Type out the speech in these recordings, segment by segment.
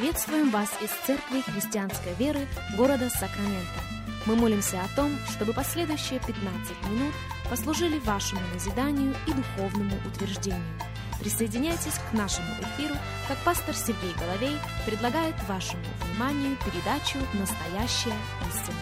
Приветствуем вас из Церкви Христианской Веры города Сакраменто. Мы молимся о том, чтобы последующие 15 минут послужили вашему назиданию и духовному утверждению. Присоединяйтесь к нашему эфиру, как пастор Сергей Головей предлагает вашему вниманию передачу «Настоящая истина».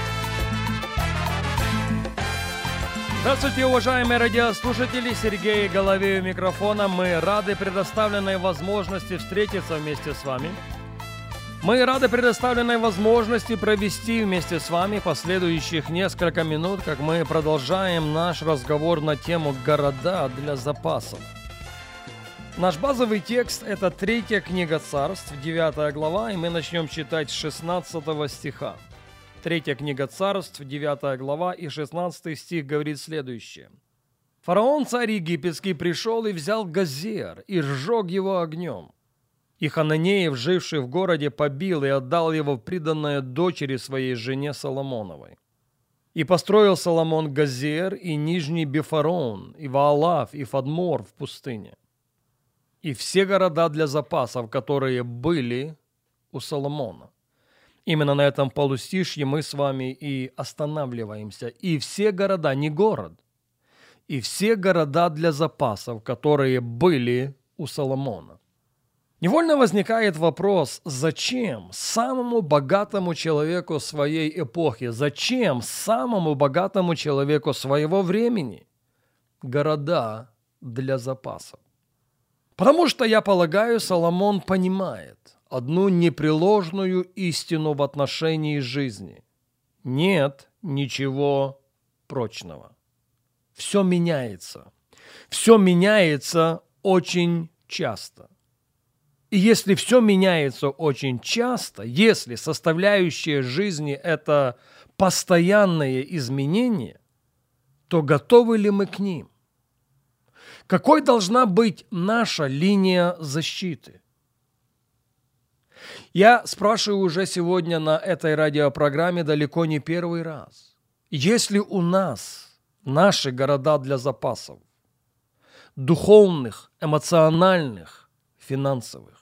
Здравствуйте, уважаемые радиослушатели! Сергей Головей у микрофона. Мы рады предоставленной возможности встретиться вместе с вами. Мы рады предоставленной возможности провести вместе с вами последующих несколько минут, как мы продолжаем наш разговор на тему «Города для запасов». Наш базовый текст – это 3 книга Царств, 9 глава, и мы начнем читать с 16 стиха. 3 книга Царств, 9 глава и 16 стих говорит следующее. «Фараон, царь египетский, пришел и взял Газер, и сжег его огнем. И Хананеев, живший в городе, побил и отдал его в приданное дочери своей жене Соломоновой. И построил Соломон Газер, и Нижний Бефарон, и Ваалав, и Фадмор в пустыне. И все города для запасов, которые были у Соломона». Именно на этом полустишье мы с вами и останавливаемся. И все города, не город, и все города для запасов, которые были у Соломона. Невольно возникает вопрос, зачем самому богатому человеку своей эпохи, зачем самому богатому человеку своего времени города для запасов? Потому что, я полагаю, Соломон понимает одну непреложную истину в отношении жизни. Нет ничего прочного. Все меняется. Все меняется очень часто. И если все меняется очень часто, если составляющая жизни – это постоянные изменения, то готовы ли мы к ним? Какой должна быть наша линия защиты? Я спрашиваю уже сегодня на этой радиопрограмме далеко не первый раз. Если у нас наши города для запасов, духовных, эмоциональных, финансовых,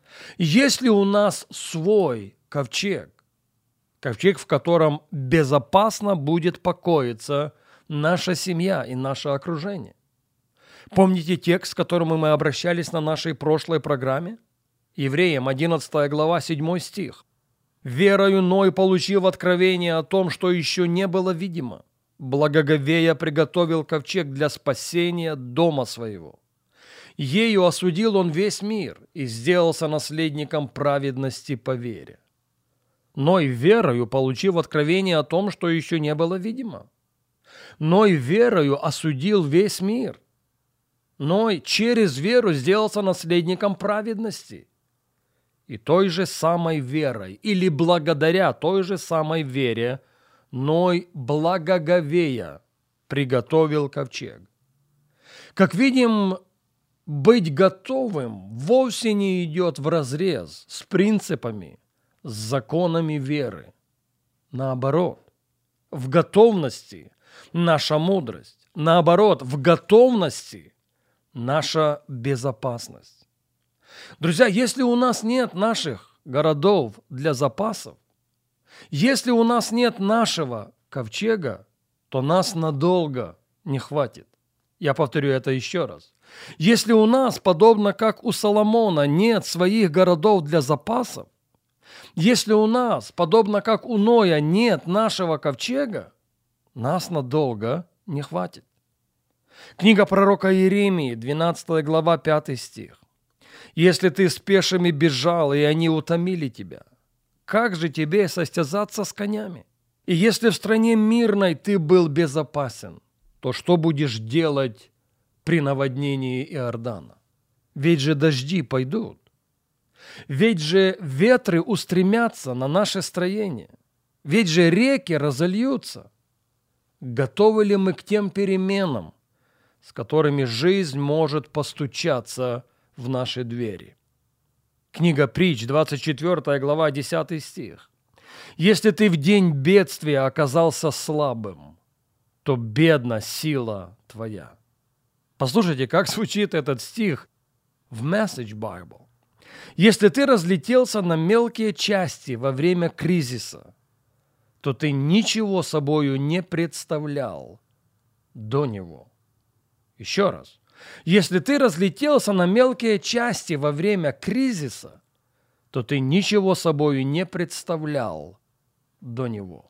если у нас свой ковчег, в котором безопасно будет покоиться наша семья и наше окружение. Помните текст, к которому мы обращались на нашей прошлой программе? Евреям 11 глава 7 стих. «Верою Ной, получив откровение о том, что еще не было видимо, благоговея приготовил ковчег для спасения дома своего. Ею осудил он весь мир и сделался наследником праведности по вере. Ной верою, получив откровение о том, что еще не было видимо. Ной верою осудил весь мир. Ной через веру сделался наследником праведности. И той же самой верой, или благодаря той же самой вере, Ной благоговея приготовил ковчег». Как видим, быть готовым вовсе не идет вразрез с принципами, с законами веры. Наоборот, в готовности наша мудрость, наоборот, в готовности наша безопасность. Друзья, если у нас нет наших городов для запасов, если у нас нет нашего ковчега, то нас надолго не хватит. Я повторю это еще раз. Если у нас, подобно как у Соломона, нет своих городов для запасов, если у нас, подобно как у Ноя, нет нашего ковчега, нас надолго не хватит. Книга пророка Иеремии, 12 глава, 5 стих. «Если ты с пешими бежал, и они утомили тебя, как же тебе состязаться с конями? И если в стране мирной ты был безопасен, то что будешь делать при наводнении Иордана? Ведь же дожди пойдут, ведь же ветры устремятся на наше строение, ведь же реки разольются. Готовы ли мы к тем переменам, с которыми жизнь может постучаться в наши двери?» Книга Притч, 24 глава, 10 стих. «Если ты в день бедствия оказался слабым, то бедна сила твоя». Послушайте, как звучит этот стих в Message Bible. Если ты разлетелся на мелкие части во время кризиса, то ты ничего собою не представлял до него. Еще раз. Если ты разлетелся на мелкие части во время кризиса, то ты ничего собою не представлял до него.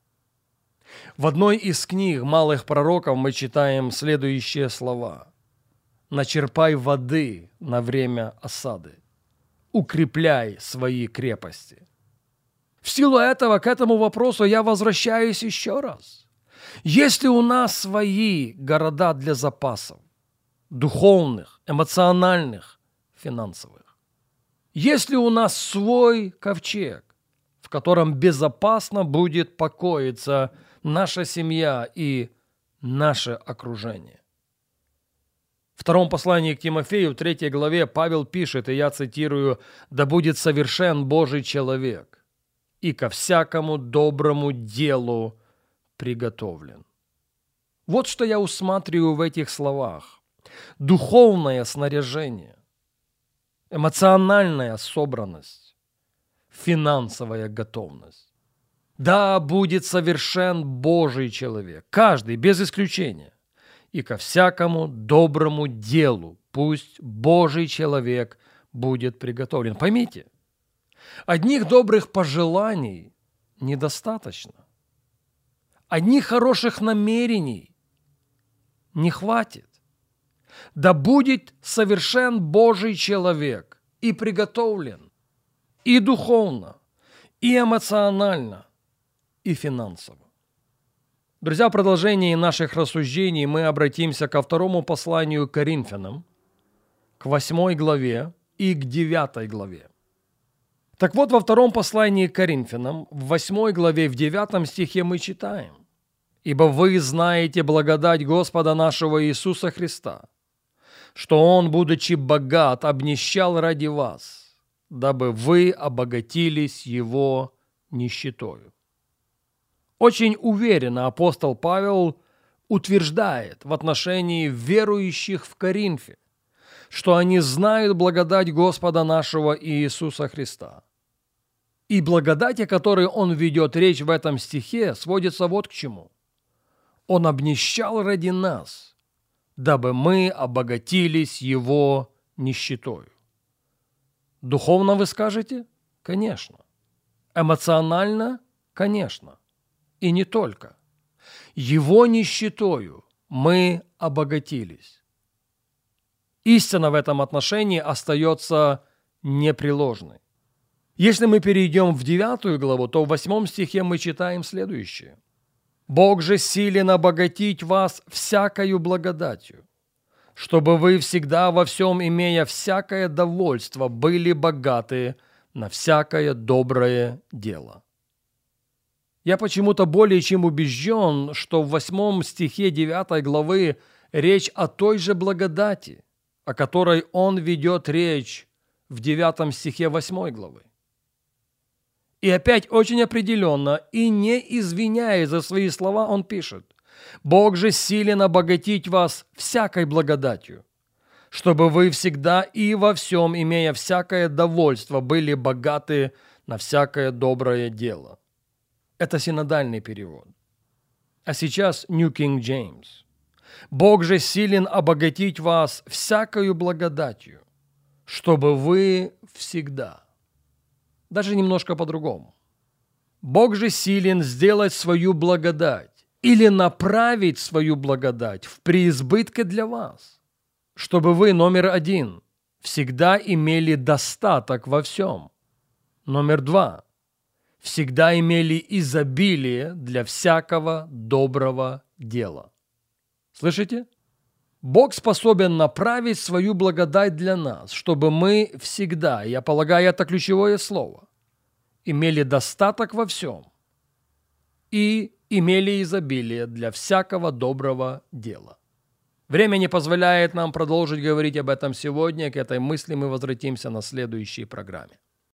В одной из книг малых пророков мы читаем следующие слова. «Начерпай воды на время осады, укрепляй свои крепости». В силу этого к этому вопросу я возвращаюсь еще раз. Если у нас свои города для запасов, духовных, эмоциональных, финансовых, если у нас свой ковчег, в котором безопасно будет покоиться наша семья и наше окружение. В втором послании к Тимофею, 3 главе, Павел пишет, и я цитирую, «Да будет совершен Божий человек, и ко всякому доброму делу приготовлен». Вот что я усматриваю в этих словах. Духовное снаряжение, эмоциональная собранность, финансовая готовность. Да будет совершен Божий человек, каждый, без исключения, и ко всякому доброму делу пусть Божий человек будет приготовлен. Поймите, одних добрых пожеланий недостаточно, одних хороших намерений не хватит. Да будет совершен Божий человек и приготовлен и духовно, и эмоционально, и финансово. Друзья, в продолжении наших рассуждений мы обратимся ко второму посланию к Коринфянам, к 8 главе и к 9 главе. Так вот, во втором послании к Коринфянам, в 8 главе, в 9 стихе мы читаем: «Ибо вы знаете благодать Господа нашего Иисуса Христа, что Он, будучи богат, обнищал ради вас, дабы вы обогатились Его нищетою». Очень уверенно апостол Павел утверждает в отношении верующих в Коринфе, что они знают благодать Господа нашего Иисуса Христа. И благодать, о которой он ведет речь в этом стихе, сводится вот к чему. Он обнищал ради нас, дабы мы обогатились Его нищетою. Духовно вы скажете? Конечно. Эмоционально? Конечно. И не только. Его нищетою мы обогатились. Истина в этом отношении остается непреложной. Если мы перейдем в 9 главу, то в 8 стихе мы читаем следующее. «Бог же силен обогатить вас всякою благодатью, чтобы вы всегда во всем, имея всякое довольство, были богаты на всякое доброе дело». Я почему-то более чем убежден, что в 8 стихе 9 главы речь о той же благодати, о которой он ведет речь в 9 стихе 8 главы. И опять очень определенно и не извиняясь за свои слова, он пишет: «Бог же силен обогатить вас всякой благодатью, чтобы вы всегда и во всем, имея всякое довольство, были богаты на всякое доброе дело». Это синодальный перевод. А сейчас New King James. «Бог же силен обогатить вас всякою благодатью, чтобы вы всегда». Даже немножко по-другому. Бог же силен сделать свою благодать или направить свою благодать в преизбытке для вас, чтобы вы, номер 1, всегда имели достаток во всем. Номер 2, всегда имели изобилие для всякого доброго дела. Слышите? Бог способен направить свою благодать для нас, чтобы мы всегда, я полагаю, это ключевое слово, имели достаток во всем и имели изобилие для всякого доброго дела. Время не позволяет нам продолжить говорить об этом сегодня. К этой мысли мы возвратимся на следующей программе.